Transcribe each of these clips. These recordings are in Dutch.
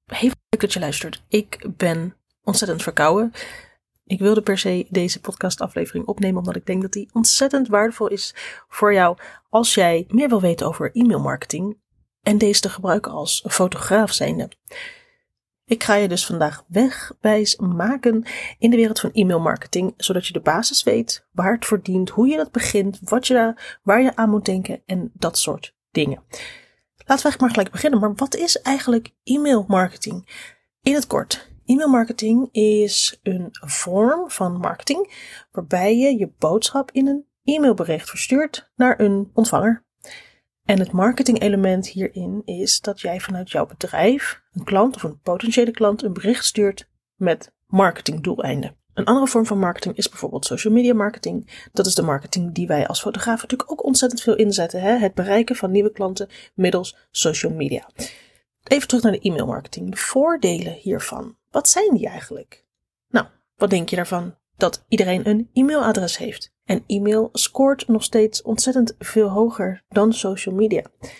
Heel leuk dat je luistert. Ik ben ontzettend verkouden. Ik wilde per se deze podcastaflevering opnemen omdat ik denk dat die ontzettend waardevol is voor jou als jij meer wil weten over e-mailmarketing en deze te gebruiken als fotograaf zijnde. Ik ga je dus vandaag wegwijs maken in de wereld van e-mailmarketing, zodat je de basis weet, waar het voor dient, hoe je dat begint, waar je aan moet denken en dat soort dingen. Laten we maar gelijk beginnen. Maar wat is eigenlijk e-mailmarketing? In het kort, e-mailmarketing is een vorm van marketing waarbij je je boodschap in een e-mailbericht verstuurt naar een ontvanger. En het marketing-element hierin is dat jij vanuit jouw bedrijf, een klant of een potentiële klant, een bericht stuurt met marketingdoeleinden. Een andere vorm van marketing is bijvoorbeeld social media marketing. Dat is de marketing die wij als fotograaf natuurlijk ook ontzettend veel inzetten. Het bereiken van nieuwe klanten middels social media. Even terug naar de e-mailmarketing. De voordelen hiervan. Wat zijn die eigenlijk? Nou, wat denk je daarvan? Dat iedereen een e-mailadres heeft. En e-mail scoort nog steeds ontzettend veel hoger dan social media.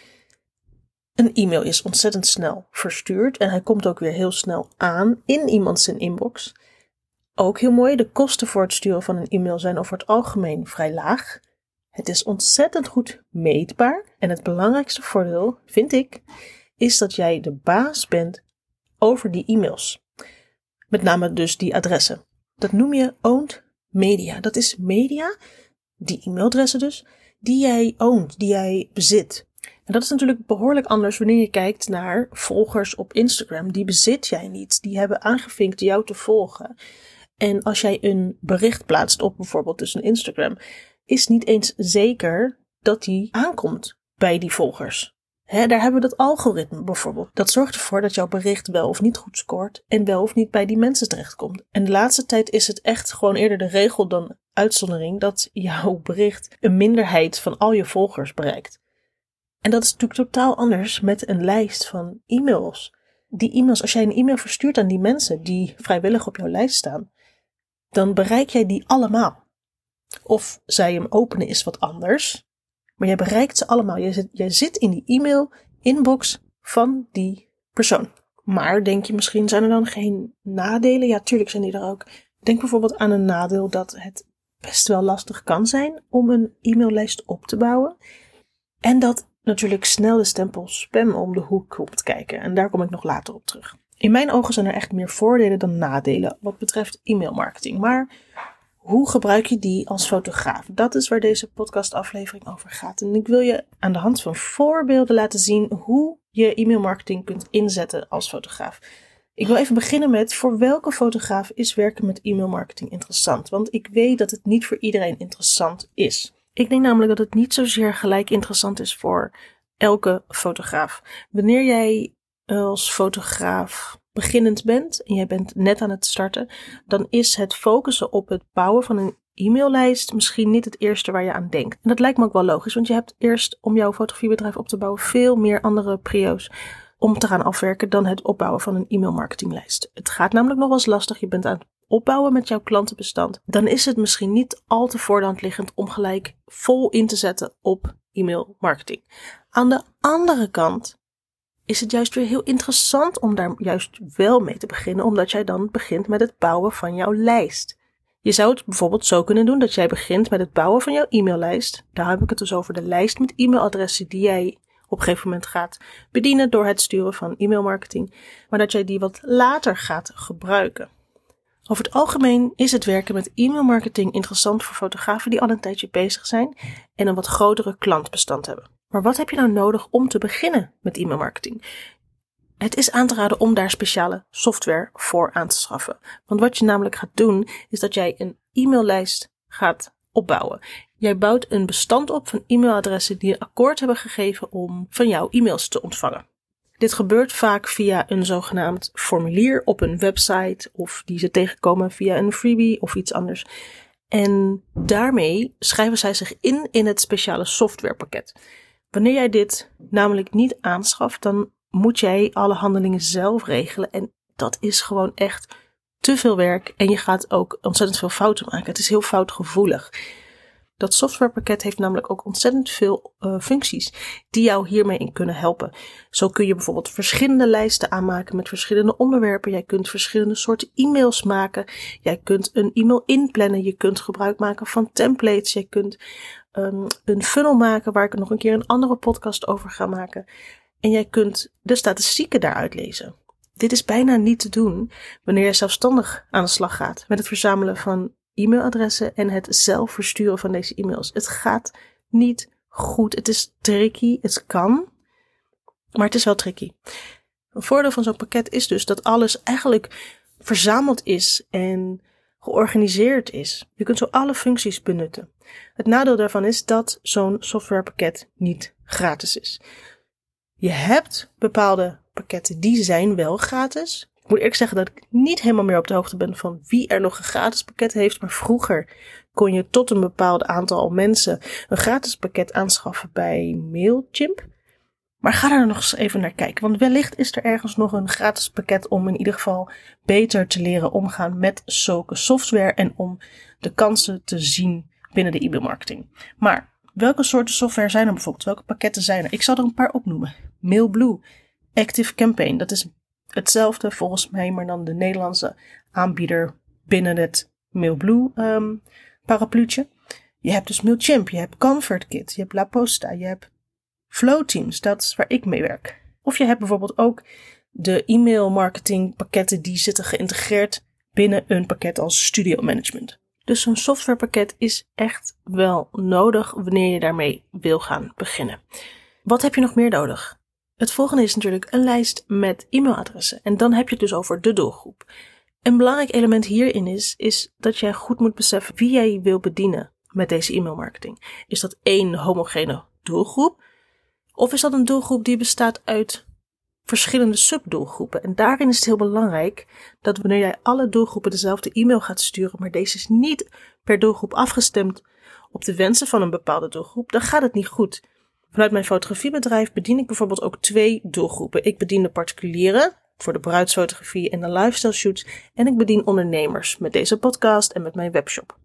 Een e-mail is ontzettend snel verstuurd en hij komt ook weer heel snel aan in iemands inbox. Ook heel mooi, de kosten voor het sturen van een e-mail zijn over het algemeen vrij laag. Het is ontzettend goed meetbaar en het belangrijkste voordeel, vind ik, is dat jij de baas bent over die e-mails. Met name dus die adressen. Dat noem je owned media. Dat is media, die e-mailadressen dus, die jij owned, die jij bezit. En dat is natuurlijk behoorlijk anders wanneer je kijkt naar volgers op Instagram. Die bezit jij niet. Die hebben aangevinkt jou te volgen. En als jij een bericht plaatst op bijvoorbeeld dus een Instagram, is niet eens zeker dat die aankomt bij die volgers. Daar hebben we dat algoritme bijvoorbeeld. Dat zorgt ervoor dat jouw bericht wel of niet goed scoort en wel of niet bij die mensen terechtkomt. En de laatste tijd is het echt gewoon eerder de regel dan uitzondering dat jouw bericht een minderheid van al je volgers bereikt. En dat is natuurlijk totaal anders met een lijst van e-mails. Die e-mails, als jij een e-mail verstuurt aan die mensen die vrijwillig op jouw lijst staan, dan bereik jij die allemaal. Of zij hem openen is wat anders, maar jij bereikt ze allemaal. Jij zit in die e-mail-inbox van die persoon. Maar denk je misschien, zijn er dan geen nadelen? Ja, tuurlijk zijn die er ook. Denk bijvoorbeeld aan een nadeel dat het best wel lastig kan zijn om een e-maillijst op te bouwen. En dat natuurlijk snel de stempel spam om de hoek komt kijken. En daar kom ik nog later op terug. In mijn ogen zijn er echt meer voordelen dan nadelen wat betreft e-mailmarketing. Maar hoe gebruik je die als fotograaf? Dat is waar deze podcastaflevering over gaat. En ik wil je aan de hand van voorbeelden laten zien hoe je e-mailmarketing kunt inzetten als fotograaf. Ik wil even beginnen met voor welke fotograaf is werken met e-mailmarketing interessant? Want ik weet dat het niet voor iedereen interessant is. Ik denk namelijk dat het niet zozeer gelijk interessant is voor elke fotograaf. Wanneer jij als fotograaf beginnend bent en jij bent net aan het starten, dan is het focussen op het bouwen van een e-maillijst misschien niet het eerste waar je aan denkt. En dat lijkt me ook wel logisch, want je hebt eerst om jouw fotografiebedrijf op te bouwen veel meer andere prio's om te gaan afwerken dan het opbouwen van een e-mailmarketinglijst. Het gaat namelijk nog wel eens lastig, je bent aan het opbouwen met jouw klantenbestand. Dan is het misschien niet al te voor de hand liggend om gelijk vol in te zetten op e-mailmarketing. Aan de andere kant is het juist weer heel interessant om daar juist wel mee te beginnen, omdat jij dan begint met het bouwen van jouw lijst. Je zou het bijvoorbeeld zo kunnen doen dat jij begint met het bouwen van jouw e-maillijst. Daar heb ik het dus over de lijst met e-mailadressen die jij op een gegeven moment gaat bedienen door het sturen van e-mailmarketing, maar dat jij die wat later gaat gebruiken. Over het algemeen is het werken met e-mailmarketing interessant voor fotografen die al een tijdje bezig zijn en een wat grotere klantbestand hebben. Maar wat heb je nou nodig om te beginnen met e-mailmarketing? Het is aan te raden om daar speciale software voor aan te schaffen. Want wat je namelijk gaat doen, is dat jij een e-maillijst gaat opbouwen. Jij bouwt een bestand op van e-mailadressen die een akkoord hebben gegeven om van jou e-mails te ontvangen. Dit gebeurt vaak via een zogenaamd formulier op een website of die ze tegenkomen via een freebie of iets anders. En daarmee schrijven zij zich in het speciale softwarepakket. Wanneer jij dit namelijk niet aanschaft, dan moet jij alle handelingen zelf regelen. En dat is gewoon echt te veel werk en je gaat ook ontzettend veel fouten maken. Het is heel foutgevoelig. Dat softwarepakket heeft namelijk ook ontzettend veel functies die jou hiermee in kunnen helpen. Zo kun je bijvoorbeeld verschillende lijsten aanmaken met verschillende onderwerpen. Jij kunt verschillende soorten e-mails maken. Jij kunt een e-mail inplannen. Je kunt gebruik maken van templates. Jij kunt een funnel maken waar ik nog een keer een andere podcast over ga maken. En jij kunt de statistieken daaruit lezen. Dit is bijna niet te doen wanneer je zelfstandig aan de slag gaat met het verzamelen van e-mailadressen en het zelf versturen van deze e-mails. Het gaat niet goed. Het is tricky. Het kan, maar het is wel tricky. Een voordeel van zo'n pakket is dus dat alles eigenlijk verzameld is en georganiseerd is. Je kunt zo alle functies benutten. Het nadeel daarvan is dat zo'n softwarepakket niet gratis is. Je hebt bepaalde pakketten die zijn wel gratis. Ik moet eerlijk zeggen dat ik niet helemaal meer op de hoogte ben van wie er nog een gratis pakket heeft. Maar vroeger kon je tot een bepaald aantal mensen een gratis pakket aanschaffen bij Mailchimp. Maar ga daar nog eens even naar kijken. Want wellicht is er ergens nog een gratis pakket om in ieder geval beter te leren omgaan met zulke software. En om de kansen te zien binnen de e-mailmarketing. Maar welke soorten software zijn er bijvoorbeeld? Welke pakketten zijn er? Ik zal er een paar opnoemen. Mailblue, ActiveCampaign. Dat is hetzelfde volgens mij, maar dan de Nederlandse aanbieder binnen het Mailblue parapluutje. Je hebt dus Mailchimp, je hebt ConvertKit, je hebt La Posta, je hebt Flowteams, dat is waar ik mee werk. Of je hebt bijvoorbeeld ook de e-mail marketing pakketten die zitten geïntegreerd binnen een pakket als Studio Management. Dus zo'n softwarepakket is echt wel nodig wanneer je daarmee wil gaan beginnen. Wat heb je nog meer nodig? Het volgende is natuurlijk een lijst met e-mailadressen. En dan heb je het dus over de doelgroep. Een belangrijk element hierin is dat jij goed moet beseffen wie jij wil bedienen met deze e-mailmarketing. Is dat één homogene doelgroep? Of is dat een doelgroep die bestaat uit verschillende subdoelgroepen? En daarin is het heel belangrijk dat wanneer jij alle doelgroepen dezelfde e-mail gaat sturen, maar deze is niet per doelgroep afgestemd op de wensen van een bepaalde doelgroep, dan gaat het niet goed. Vanuit mijn fotografiebedrijf bedien ik bijvoorbeeld ook 2 doelgroepen. Ik bedien de particulieren voor de bruidsfotografie en de lifestyle shoots. En ik bedien ondernemers met deze podcast en met mijn webshop.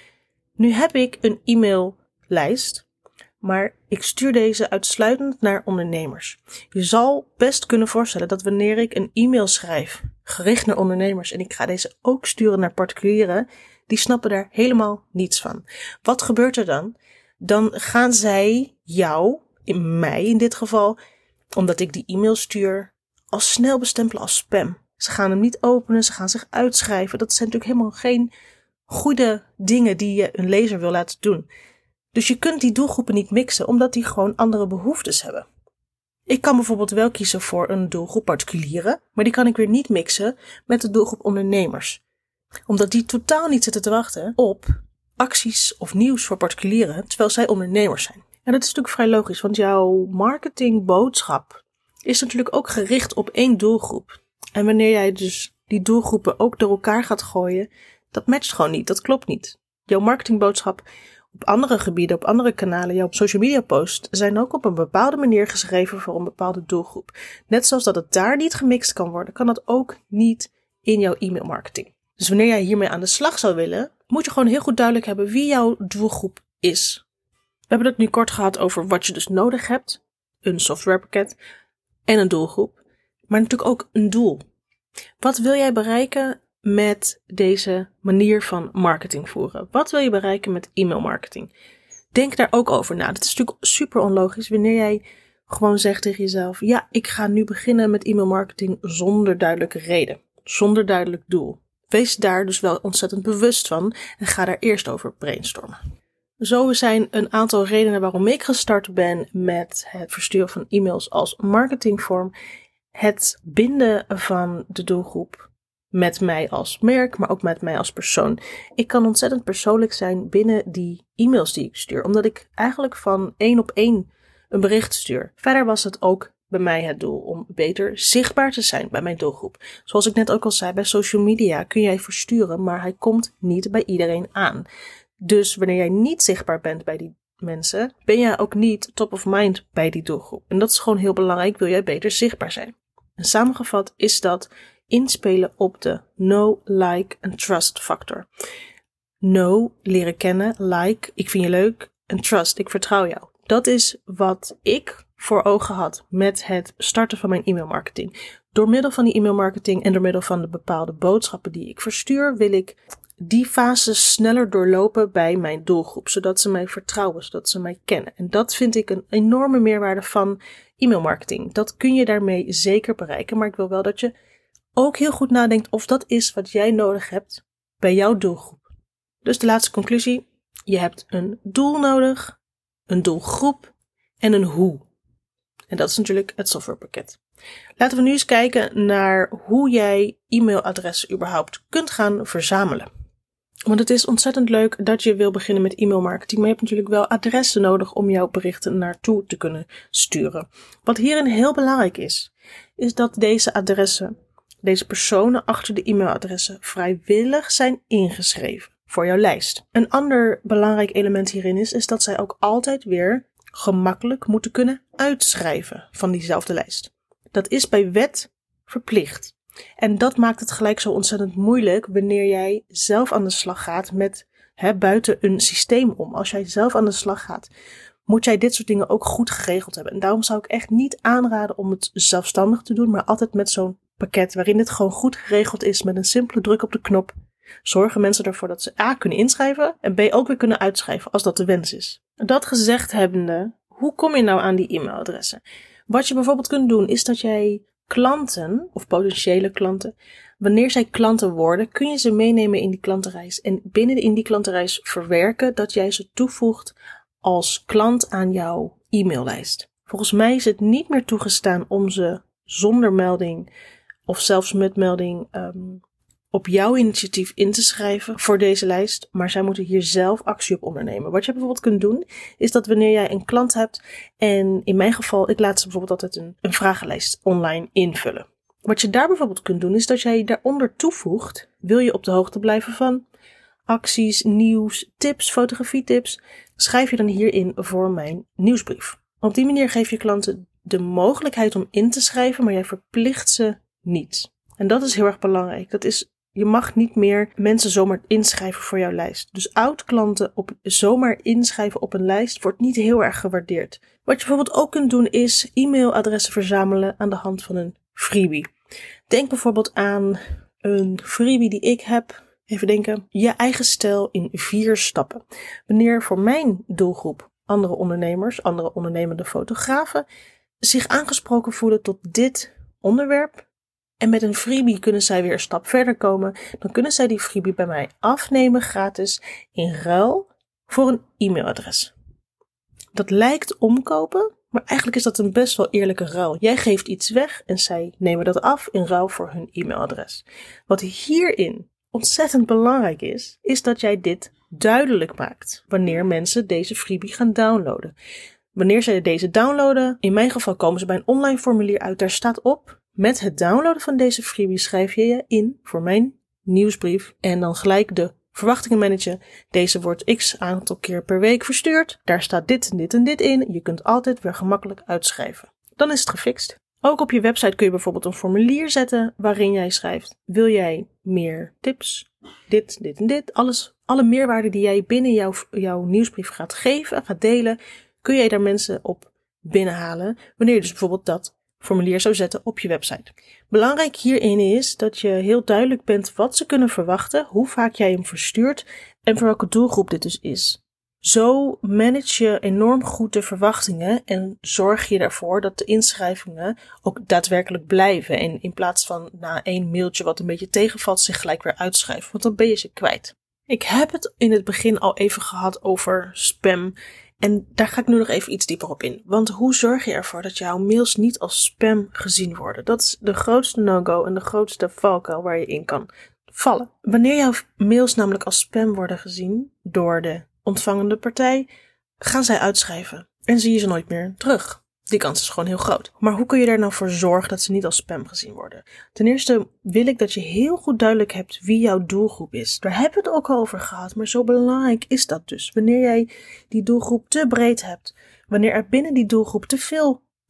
Nu heb ik een e-maillijst, maar ik stuur deze uitsluitend naar ondernemers. Je zal best kunnen voorstellen dat wanneer ik een e-mail schrijf gericht naar ondernemers en ik ga deze ook sturen naar particulieren, die snappen daar helemaal niets van. Wat gebeurt er dan? Dan gaan zij jou, in mij in dit geval, omdat ik die e-mail stuur, al snel bestempelen als spam. Ze gaan hem niet openen, ze gaan zich uitschrijven. Dat zijn natuurlijk helemaal geen goede dingen die je een lezer wil laten doen. Dus je kunt die doelgroepen niet mixen, omdat die gewoon andere behoeftes hebben. Ik kan bijvoorbeeld wel kiezen voor een doelgroep particulieren, maar die kan ik weer niet mixen met de doelgroep ondernemers. Omdat die totaal niet zitten te wachten op acties of nieuws voor particulieren, terwijl zij ondernemers zijn. En dat is natuurlijk vrij logisch, want jouw marketingboodschap is natuurlijk ook gericht op één doelgroep. En wanneer jij dus die doelgroepen ook door elkaar gaat gooien, dat matcht gewoon niet, dat klopt niet. Jouw marketingboodschap op andere gebieden, op andere kanalen, jouw social media posts zijn ook op een bepaalde manier geschreven voor een bepaalde doelgroep. Net zoals dat het daar niet gemixt kan worden, kan dat ook niet in jouw e-mailmarketing. Dus wanneer jij hiermee aan de slag zou willen, moet je gewoon heel goed duidelijk hebben wie jouw doelgroep is. We hebben het nu kort gehad over wat je dus nodig hebt. Een softwarepakket en een doelgroep. Maar natuurlijk ook een doel. Wat wil jij bereiken met deze manier van marketing voeren? Wat wil je bereiken met e-mailmarketing? Denk daar ook over na. Het is natuurlijk super onlogisch wanneer jij gewoon zegt tegen jezelf, ja, ik ga nu beginnen met e-mailmarketing zonder duidelijke reden. Zonder duidelijk doel. Wees daar dus wel ontzettend bewust van en ga daar eerst over brainstormen. Zo zijn een aantal redenen waarom ik gestart ben met het versturen van e-mails als marketingvorm. Het binden van de doelgroep met mij als merk, maar ook met mij als persoon. Ik kan ontzettend persoonlijk zijn binnen die e-mails die ik stuur, omdat ik eigenlijk van 1 op 1 een bericht stuur. Verder was het ook bij mij het doel om beter zichtbaar te zijn bij mijn doelgroep. Zoals ik net ook al zei, bij social media kun jij versturen, maar hij komt niet bij iedereen aan. Dus wanneer jij niet zichtbaar bent bij die mensen, ben jij ook niet top of mind bij die doelgroep. En dat is gewoon heel belangrijk, wil jij beter zichtbaar zijn. En samengevat is dat inspelen op de know, like en trust factor. know, leren kennen, like, ik vind je leuk en trust, ik vertrouw jou. Dat is wat ik voor ogen had met het starten van mijn e-mailmarketing. Door middel van die e-mailmarketing en door middel van de bepaalde boodschappen die ik verstuur, wil ik die fase sneller doorlopen bij mijn doelgroep, zodat ze mij vertrouwen, zodat ze mij kennen. En dat vind ik een enorme meerwaarde van e-mailmarketing. Dat kun je daarmee zeker bereiken, maar ik wil wel dat je ook heel goed nadenkt of dat is wat jij nodig hebt bij jouw doelgroep. Dus de laatste conclusie, je hebt een doel nodig, een doelgroep en een hoe. En dat is natuurlijk het softwarepakket. Laten we nu eens kijken naar hoe jij e-mailadressen überhaupt kunt gaan verzamelen. Want het is ontzettend leuk dat je wil beginnen met e-mailmarketing, maar je hebt natuurlijk wel adressen nodig om jouw berichten naartoe te kunnen sturen. Wat hierin heel belangrijk is dat deze adressen, deze personen achter de e-mailadressen vrijwillig zijn ingeschreven voor jouw lijst. Een ander belangrijk element hierin is dat zij ook altijd weer gemakkelijk moeten kunnen uitschrijven van diezelfde lijst. Dat is bij wet verplicht. En dat maakt het gelijk zo ontzettend moeilijk wanneer jij zelf aan de slag gaat met buiten een systeem om. Als jij zelf aan de slag gaat, moet jij dit soort dingen ook goed geregeld hebben. En daarom zou ik echt niet aanraden om het zelfstandig te doen, maar altijd met zo'n pakket waarin dit gewoon goed geregeld is met een simpele druk op de knop. Zorgen mensen ervoor dat ze A kunnen inschrijven en B ook weer kunnen uitschrijven als dat de wens is. Dat gezegd hebbende, hoe kom je nou aan die e-mailadressen? Wat je bijvoorbeeld kunt doen is dat jij klanten of potentiële klanten, wanneer zij klanten worden, kun je ze meenemen in die klantenreis en in die klantenreis verwerken dat jij ze toevoegt als klant aan jouw e-maillijst. Volgens mij is het niet meer toegestaan om ze zonder melding of zelfs met melding op jouw initiatief in te schrijven voor deze lijst, maar zij moeten hier zelf actie op ondernemen. Wat je bijvoorbeeld kunt doen, is dat wanneer jij een klant hebt, en in mijn geval, ik laat ze bijvoorbeeld altijd een vragenlijst online invullen. Wat je daar bijvoorbeeld kunt doen, is dat jij daaronder toevoegt, wil je op de hoogte blijven van acties, nieuws, tips, fotografietips, schrijf je dan hierin voor mijn nieuwsbrief. Op die manier geef je klanten de mogelijkheid om in te schrijven, maar jij verplicht ze niet. En dat is heel erg belangrijk. Je mag niet meer mensen zomaar inschrijven voor jouw lijst. Dus oud-klanten zomaar inschrijven op een lijst wordt niet heel erg gewaardeerd. Wat je bijvoorbeeld ook kunt doen is e-mailadressen verzamelen aan de hand van een freebie. Denk bijvoorbeeld aan een freebie die ik heb. Even denken. Je eigen stijl in 4 stappen. Wanneer voor mijn doelgroep andere ondernemers, andere ondernemende fotografen zich aangesproken voelen tot dit onderwerp, en met een freebie kunnen zij weer een stap verder komen. Dan kunnen zij die freebie bij mij afnemen gratis in ruil voor een e-mailadres. Dat lijkt omkopen, maar eigenlijk is dat een best wel eerlijke ruil. Jij geeft iets weg en zij nemen dat af in ruil voor hun e-mailadres. Wat hierin ontzettend belangrijk is dat jij dit duidelijk maakt wanneer mensen deze freebie gaan downloaden. Wanneer zij deze downloaden, in mijn geval komen ze bij een online formulier uit, daar staat op: met het downloaden van deze freebie schrijf je je in voor mijn nieuwsbrief en dan gelijk de verwachtingen managen. Deze wordt x aantal keer per week verstuurd. Daar staat dit en dit en dit in. Je kunt altijd weer gemakkelijk uitschrijven. Dan is het gefixt. Ook op je website kun je bijvoorbeeld een formulier zetten waarin jij schrijft: wil jij meer tips? Dit en dit. Alle meerwaarde die jij binnen jouw nieuwsbrief gaat geven, gaat delen, kun jij daar mensen op binnenhalen wanneer je dus bijvoorbeeld dat formulier zou zetten op je website. Belangrijk hierin is dat je heel duidelijk bent wat ze kunnen verwachten, hoe vaak jij hem verstuurt en voor welke doelgroep dit dus is. Zo manage je enorm goed de verwachtingen en zorg je ervoor dat de inschrijvingen ook daadwerkelijk blijven en in plaats van na 1 mailtje wat een beetje tegenvalt zich gelijk weer uitschrijven, want dan ben je ze kwijt. Ik heb het in het begin al even gehad over spam. En daar ga ik nu nog even iets dieper op in. Want hoe zorg je ervoor dat jouw mails niet als spam gezien worden? Dat is de grootste no-go en de grootste valkuil waar je in kan vallen. Wanneer jouw mails namelijk als spam worden gezien door de ontvangende partij, gaan zij uitschrijven en zie je ze nooit meer terug. Die kans is gewoon heel groot. Maar hoe kun je er nou voor zorgen dat ze niet als spam gezien worden? Ten eerste wil ik dat je heel goed duidelijk hebt wie jouw doelgroep is. Daar hebben we het ook al over gehad, maar zo belangrijk is dat dus. Wanneer jij die doelgroep te breed hebt, wanneer er binnen die doelgroep te veel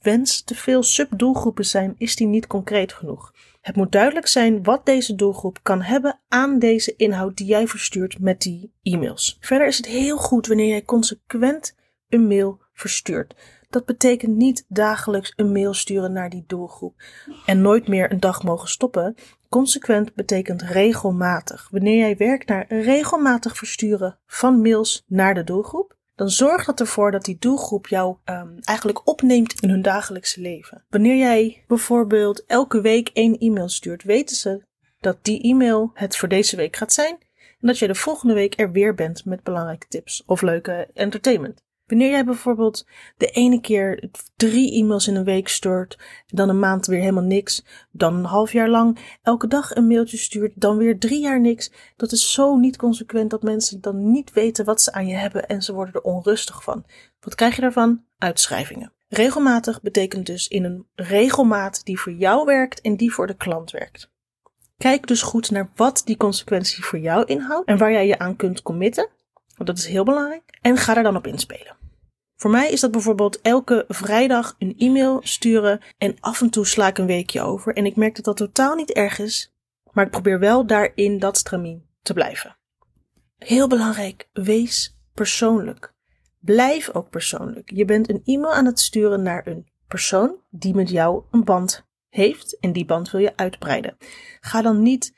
wens te veel subdoelgroepen zijn, is die niet concreet genoeg. Het moet duidelijk zijn wat deze doelgroep kan hebben aan deze inhoud die jij verstuurt met die e-mails. Verder is het heel goed wanneer jij consequent een mail verstuurt. Dat betekent niet dagelijks een mail sturen naar die doelgroep en nooit meer een dag mogen stoppen. Consequent betekent regelmatig. Wanneer jij werkt naar regelmatig versturen van mails naar de doelgroep, dan zorgt dat ervoor dat die doelgroep jou eigenlijk opneemt in hun dagelijkse leven. Wanneer jij bijvoorbeeld elke week 1 e-mail stuurt, weten ze dat die e-mail het voor deze week gaat zijn en dat je de volgende week er weer bent met belangrijke tips of leuke entertainment. Wanneer jij bijvoorbeeld de ene keer 3 e-mails in een week stuurt, dan een maand weer helemaal niks, dan een half jaar lang elke dag een mailtje stuurt, dan weer 3 jaar niks. Dat is zo niet consequent dat mensen dan niet weten wat ze aan je hebben en ze worden er onrustig van. Wat krijg je daarvan? Uitschrijvingen. Regelmatig betekent dus in een regelmaat die voor jou werkt en die voor de klant werkt. Kijk dus goed naar wat die consequentie voor jou inhoudt en waar jij je aan kunt committen. Want dat is heel belangrijk. En ga er dan op inspelen. Voor mij is dat bijvoorbeeld elke vrijdag een e-mail sturen en af en toe sla ik een weekje over. En ik merk dat dat totaal niet erg is, maar ik probeer wel daarin dat stramien te blijven. Heel belangrijk, wees persoonlijk. Blijf ook persoonlijk. Je bent een e-mail aan het sturen naar een persoon die met jou een band heeft en die band wil je uitbreiden. Ga dan niet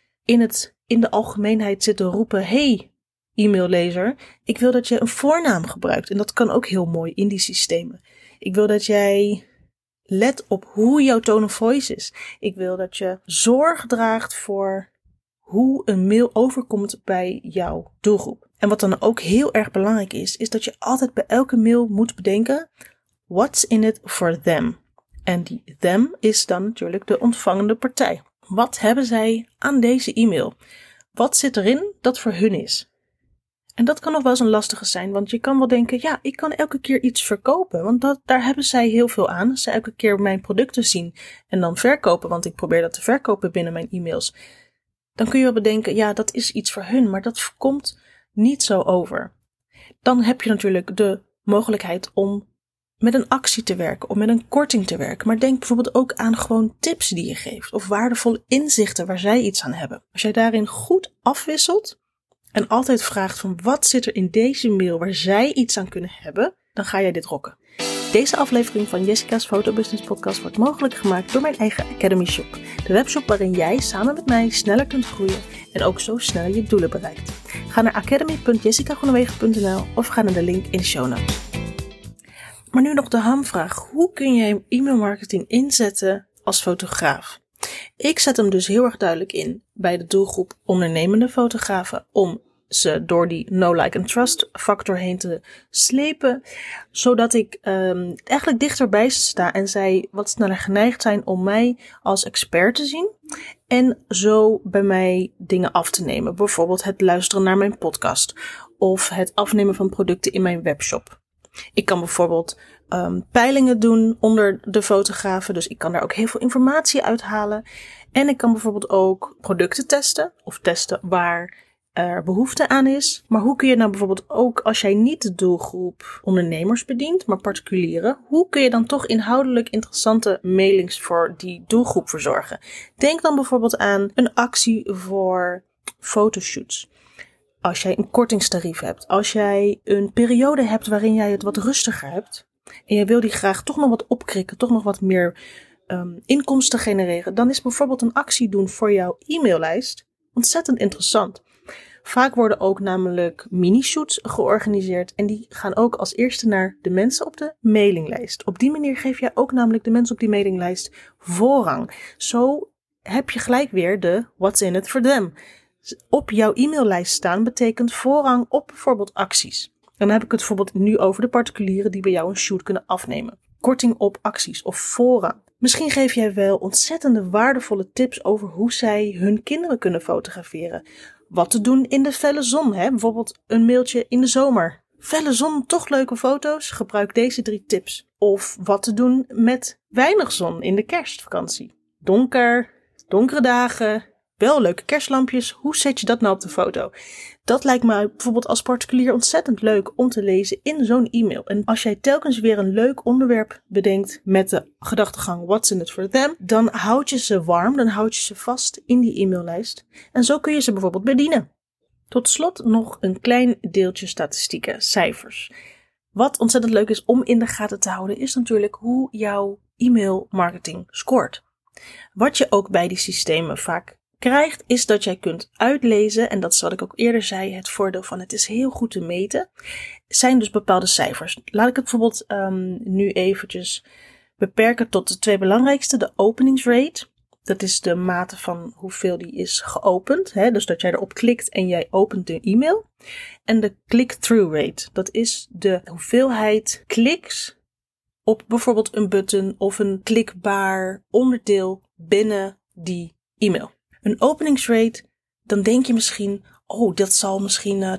in de algemeenheid zitten roepen, hey, e-maillezer, ik wil dat je een voornaam gebruikt. En dat kan ook heel mooi in die systemen. Ik wil dat jij let op hoe jouw tone of voice is. Ik wil dat je zorg draagt voor hoe een mail overkomt bij jouw doelgroep. En wat dan ook heel erg belangrijk is dat je altijd bij elke mail moet bedenken, what's in it for them? En die them is dan natuurlijk de ontvangende partij. Wat hebben zij aan deze e-mail? Wat zit erin dat voor hun is? En dat kan nog wel eens een lastige zijn, want je kan wel denken, ja, ik kan elke keer iets verkopen, want daar hebben zij heel veel aan. Als ze elke keer mijn producten zien en dan verkopen, want ik probeer dat te verkopen binnen mijn e-mails. Dan kun je wel bedenken, ja, dat is iets voor hun, maar dat komt niet zo over. Dan heb je natuurlijk de mogelijkheid om met een actie te werken, om met een korting te werken. Maar denk bijvoorbeeld ook aan gewoon tips die je geeft, of waardevolle inzichten waar zij iets aan hebben. Als jij daarin goed afwisselt en altijd vraagt van wat zit er in deze mail waar zij iets aan kunnen hebben, dan ga jij dit rocken. Deze aflevering van Jessica's Fotobusiness Podcast wordt mogelijk gemaakt door mijn eigen Academy Shop. De webshop waarin jij samen met mij sneller kunt groeien en ook zo sneller je doelen bereikt. Ga naar academy.jessicagroenewegen.nl of ga naar de link in de show notes. Maar nu nog de hamvraag. Hoe kun jij e-mailmarketing inzetten als fotograaf? Ik zet hem dus heel erg duidelijk in bij de doelgroep ondernemende fotografen om ze door die know, like en trust factor heen te slepen, zodat ik eigenlijk dichterbij sta en zij wat sneller geneigd zijn om mij als expert te zien en zo bij mij dingen af te nemen. Bijvoorbeeld het luisteren naar mijn podcast of het afnemen van producten in mijn webshop. Ik kan bijvoorbeeld peilingen doen onder de fotografen, dus ik kan daar ook heel veel informatie uithalen. En ik kan bijvoorbeeld ook producten testen of testen waar er behoefte aan is. Maar hoe kun je nou bijvoorbeeld ook, als jij niet de doelgroep ondernemers bedient, maar particulieren, hoe kun je dan toch inhoudelijk interessante mailings voor die doelgroep verzorgen? Denk dan bijvoorbeeld aan een actie voor fotoshoots. Als jij een kortingstarief hebt, als jij een periode hebt waarin jij het wat rustiger hebt en je wil die graag toch nog wat opkrikken, toch nog wat meer inkomsten genereren, dan is bijvoorbeeld een actie doen voor jouw e-maillijst ontzettend interessant. Vaak worden ook namelijk mini-shoots georganiseerd en die gaan ook als eerste naar de mensen op de mailinglijst. Op die manier geef jij ook namelijk de mensen op die mailinglijst voorrang. Zo heb je gelijk weer de what's in it for them. Op jouw e-maillijst staan betekent voorrang op bijvoorbeeld acties. En dan heb ik het bijvoorbeeld nu over de particulieren die bij jou een shoot kunnen afnemen. Korting op acties of voorrang. Misschien geef jij wel ontzettende waardevolle tips over hoe zij hun kinderen kunnen fotograferen. Wat te doen in de felle zon, hè? Bijvoorbeeld een mailtje in de zomer. Felle zon, toch leuke foto's? Gebruik deze 3 tips. Of wat te doen met weinig zon in de kerstvakantie. Donkere dagen, wel leuke kerstlampjes. Hoe zet je dat nou op de foto? Dat lijkt mij bijvoorbeeld als particulier ontzettend leuk om te lezen in zo'n e-mail. En als jij telkens weer een leuk onderwerp bedenkt met de gedachtegang what's in it for them, dan houd je ze warm, dan houd je ze vast in die e-maillijst. En zo kun je ze bijvoorbeeld bedienen. Tot slot nog een klein deeltje statistieken, cijfers. Wat ontzettend leuk is om in de gaten te houden is natuurlijk hoe jouw e-mailmarketing scoort. Wat je ook bij die systemen vaak krijgt, is dat jij kunt uitlezen, en dat is wat ik ook eerder zei, het voordeel van het is heel goed te meten, zijn dus bepaalde cijfers. Laat ik het bijvoorbeeld nu eventjes beperken tot de 2 belangrijkste. De openingsrate, dat is de mate van hoeveel die is geopend, dus dat jij erop klikt en jij opent de e-mail. En de click-through rate, dat is de hoeveelheid kliks op bijvoorbeeld een button of een klikbaar onderdeel binnen die e-mail. Een openingsrate, dan denk je misschien, dat zal misschien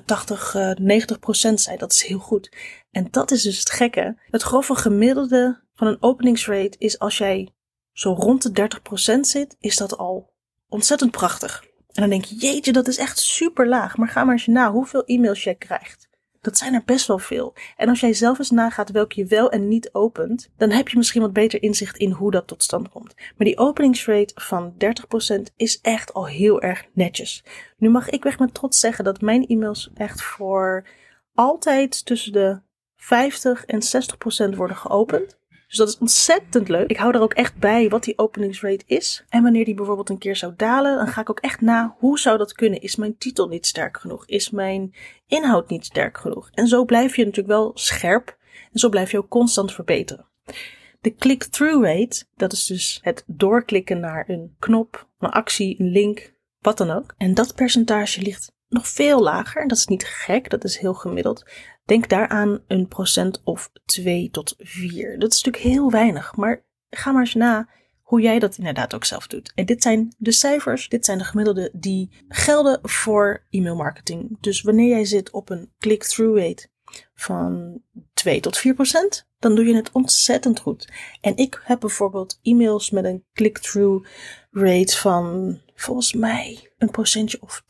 80-90% zijn. Dat is heel goed. En dat is dus het gekke. Het grove gemiddelde van een openingsrate is als jij zo rond de 30% zit, is dat al ontzettend prachtig. En dan denk je, jeetje, dat is echt super laag. Maar ga maar eens na hoeveel e-mails jij krijgt. Dat zijn er best wel veel. En als jij zelf eens nagaat welke je wel en niet opent, dan heb je misschien wat beter inzicht in hoe dat tot stand komt. Maar die openingsrate van 30% is echt al heel erg netjes. Nu mag ik weg met trots zeggen dat mijn e-mails echt voor altijd tussen de 50 en 60% worden geopend. Dus dat is ontzettend leuk. Ik hou er ook echt bij wat die openingsrate is. En wanneer die bijvoorbeeld een keer zou dalen, dan ga ik ook echt na, hoe zou dat kunnen? Is mijn titel niet sterk genoeg? Is mijn inhoud niet sterk genoeg? En zo blijf je natuurlijk wel scherp. En zo blijf je ook constant verbeteren. De click-through rate, dat is dus het doorklikken naar een knop, een actie, een link, wat dan ook. En dat percentage ligt nog veel lager. En dat is niet gek, dat is heel gemiddeld. Denk daaraan een procent of 2 tot 4. Dat is natuurlijk heel weinig, maar ga maar eens na hoe jij dat inderdaad ook zelf doet. En dit zijn de cijfers, dit zijn de gemiddelden die gelden voor e-mailmarketing. Dus wanneer jij zit op een click-through rate van 2 tot 4%, dan doe je het ontzettend goed. En ik heb bijvoorbeeld e-mails met een click-through rate van volgens mij een procentje of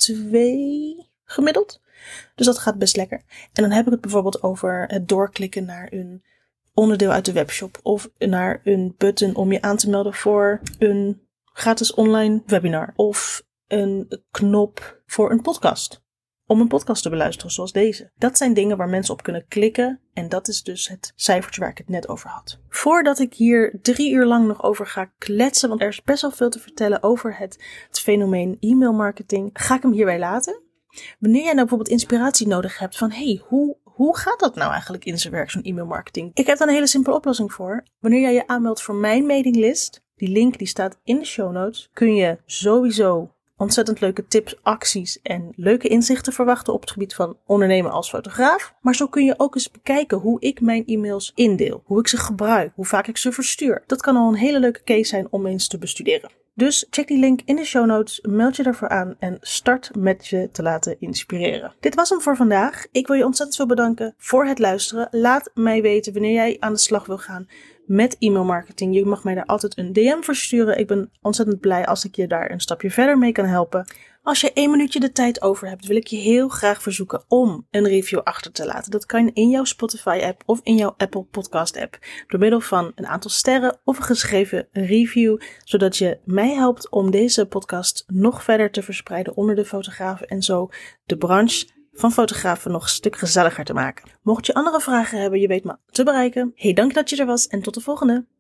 2 gemiddeld. Dus dat gaat best lekker. En dan heb ik het bijvoorbeeld over het doorklikken naar een onderdeel uit de webshop. Of naar een button om je aan te melden voor een gratis online webinar. Of een knop voor een podcast. Om een podcast te beluisteren zoals deze. Dat zijn dingen waar mensen op kunnen klikken. En dat is dus het cijfertje waar ik het net over had. Voordat ik hier 3 uur lang nog over ga kletsen, want er is best wel veel te vertellen over het fenomeen e-mailmarketing, ga ik hem hierbij laten. Wanneer jij nou bijvoorbeeld inspiratie nodig hebt van hoe gaat dat nou eigenlijk in zijn werk, zo'n e-mailmarketing? Ik heb daar een hele simpele oplossing voor. Wanneer jij je aanmeldt voor mijn mailinglist, die link die staat in de show notes, kun je sowieso ontzettend leuke tips, acties en leuke inzichten verwachten op het gebied van ondernemen als fotograaf. Maar zo kun je ook eens bekijken hoe ik mijn e-mails indeel, hoe ik ze gebruik, hoe vaak ik ze verstuur. Dat kan al een hele leuke case zijn om eens te bestuderen. Dus check die link in de show notes, meld je daarvoor aan en start met je te laten inspireren. Dit was hem voor vandaag. Ik wil je ontzettend veel bedanken voor het luisteren. Laat mij weten wanneer jij aan de slag wil gaan met e-mailmarketing. Je mag mij daar altijd een DM voor sturen. Ik ben ontzettend blij als ik je daar een stapje verder mee kan helpen. Als je 1 minuutje de tijd over hebt, wil ik je heel graag verzoeken om een review achter te laten. Dat kan in jouw Spotify-app of in jouw Apple Podcast-app. Door middel van een aantal sterren of een geschreven review. Zodat je mij helpt om deze podcast nog verder te verspreiden onder de fotografen. En zo de branche van fotografen nog een stuk gezelliger te maken. Mocht je andere vragen hebben, je weet me te bereiken. Dank dat je er was en tot de volgende.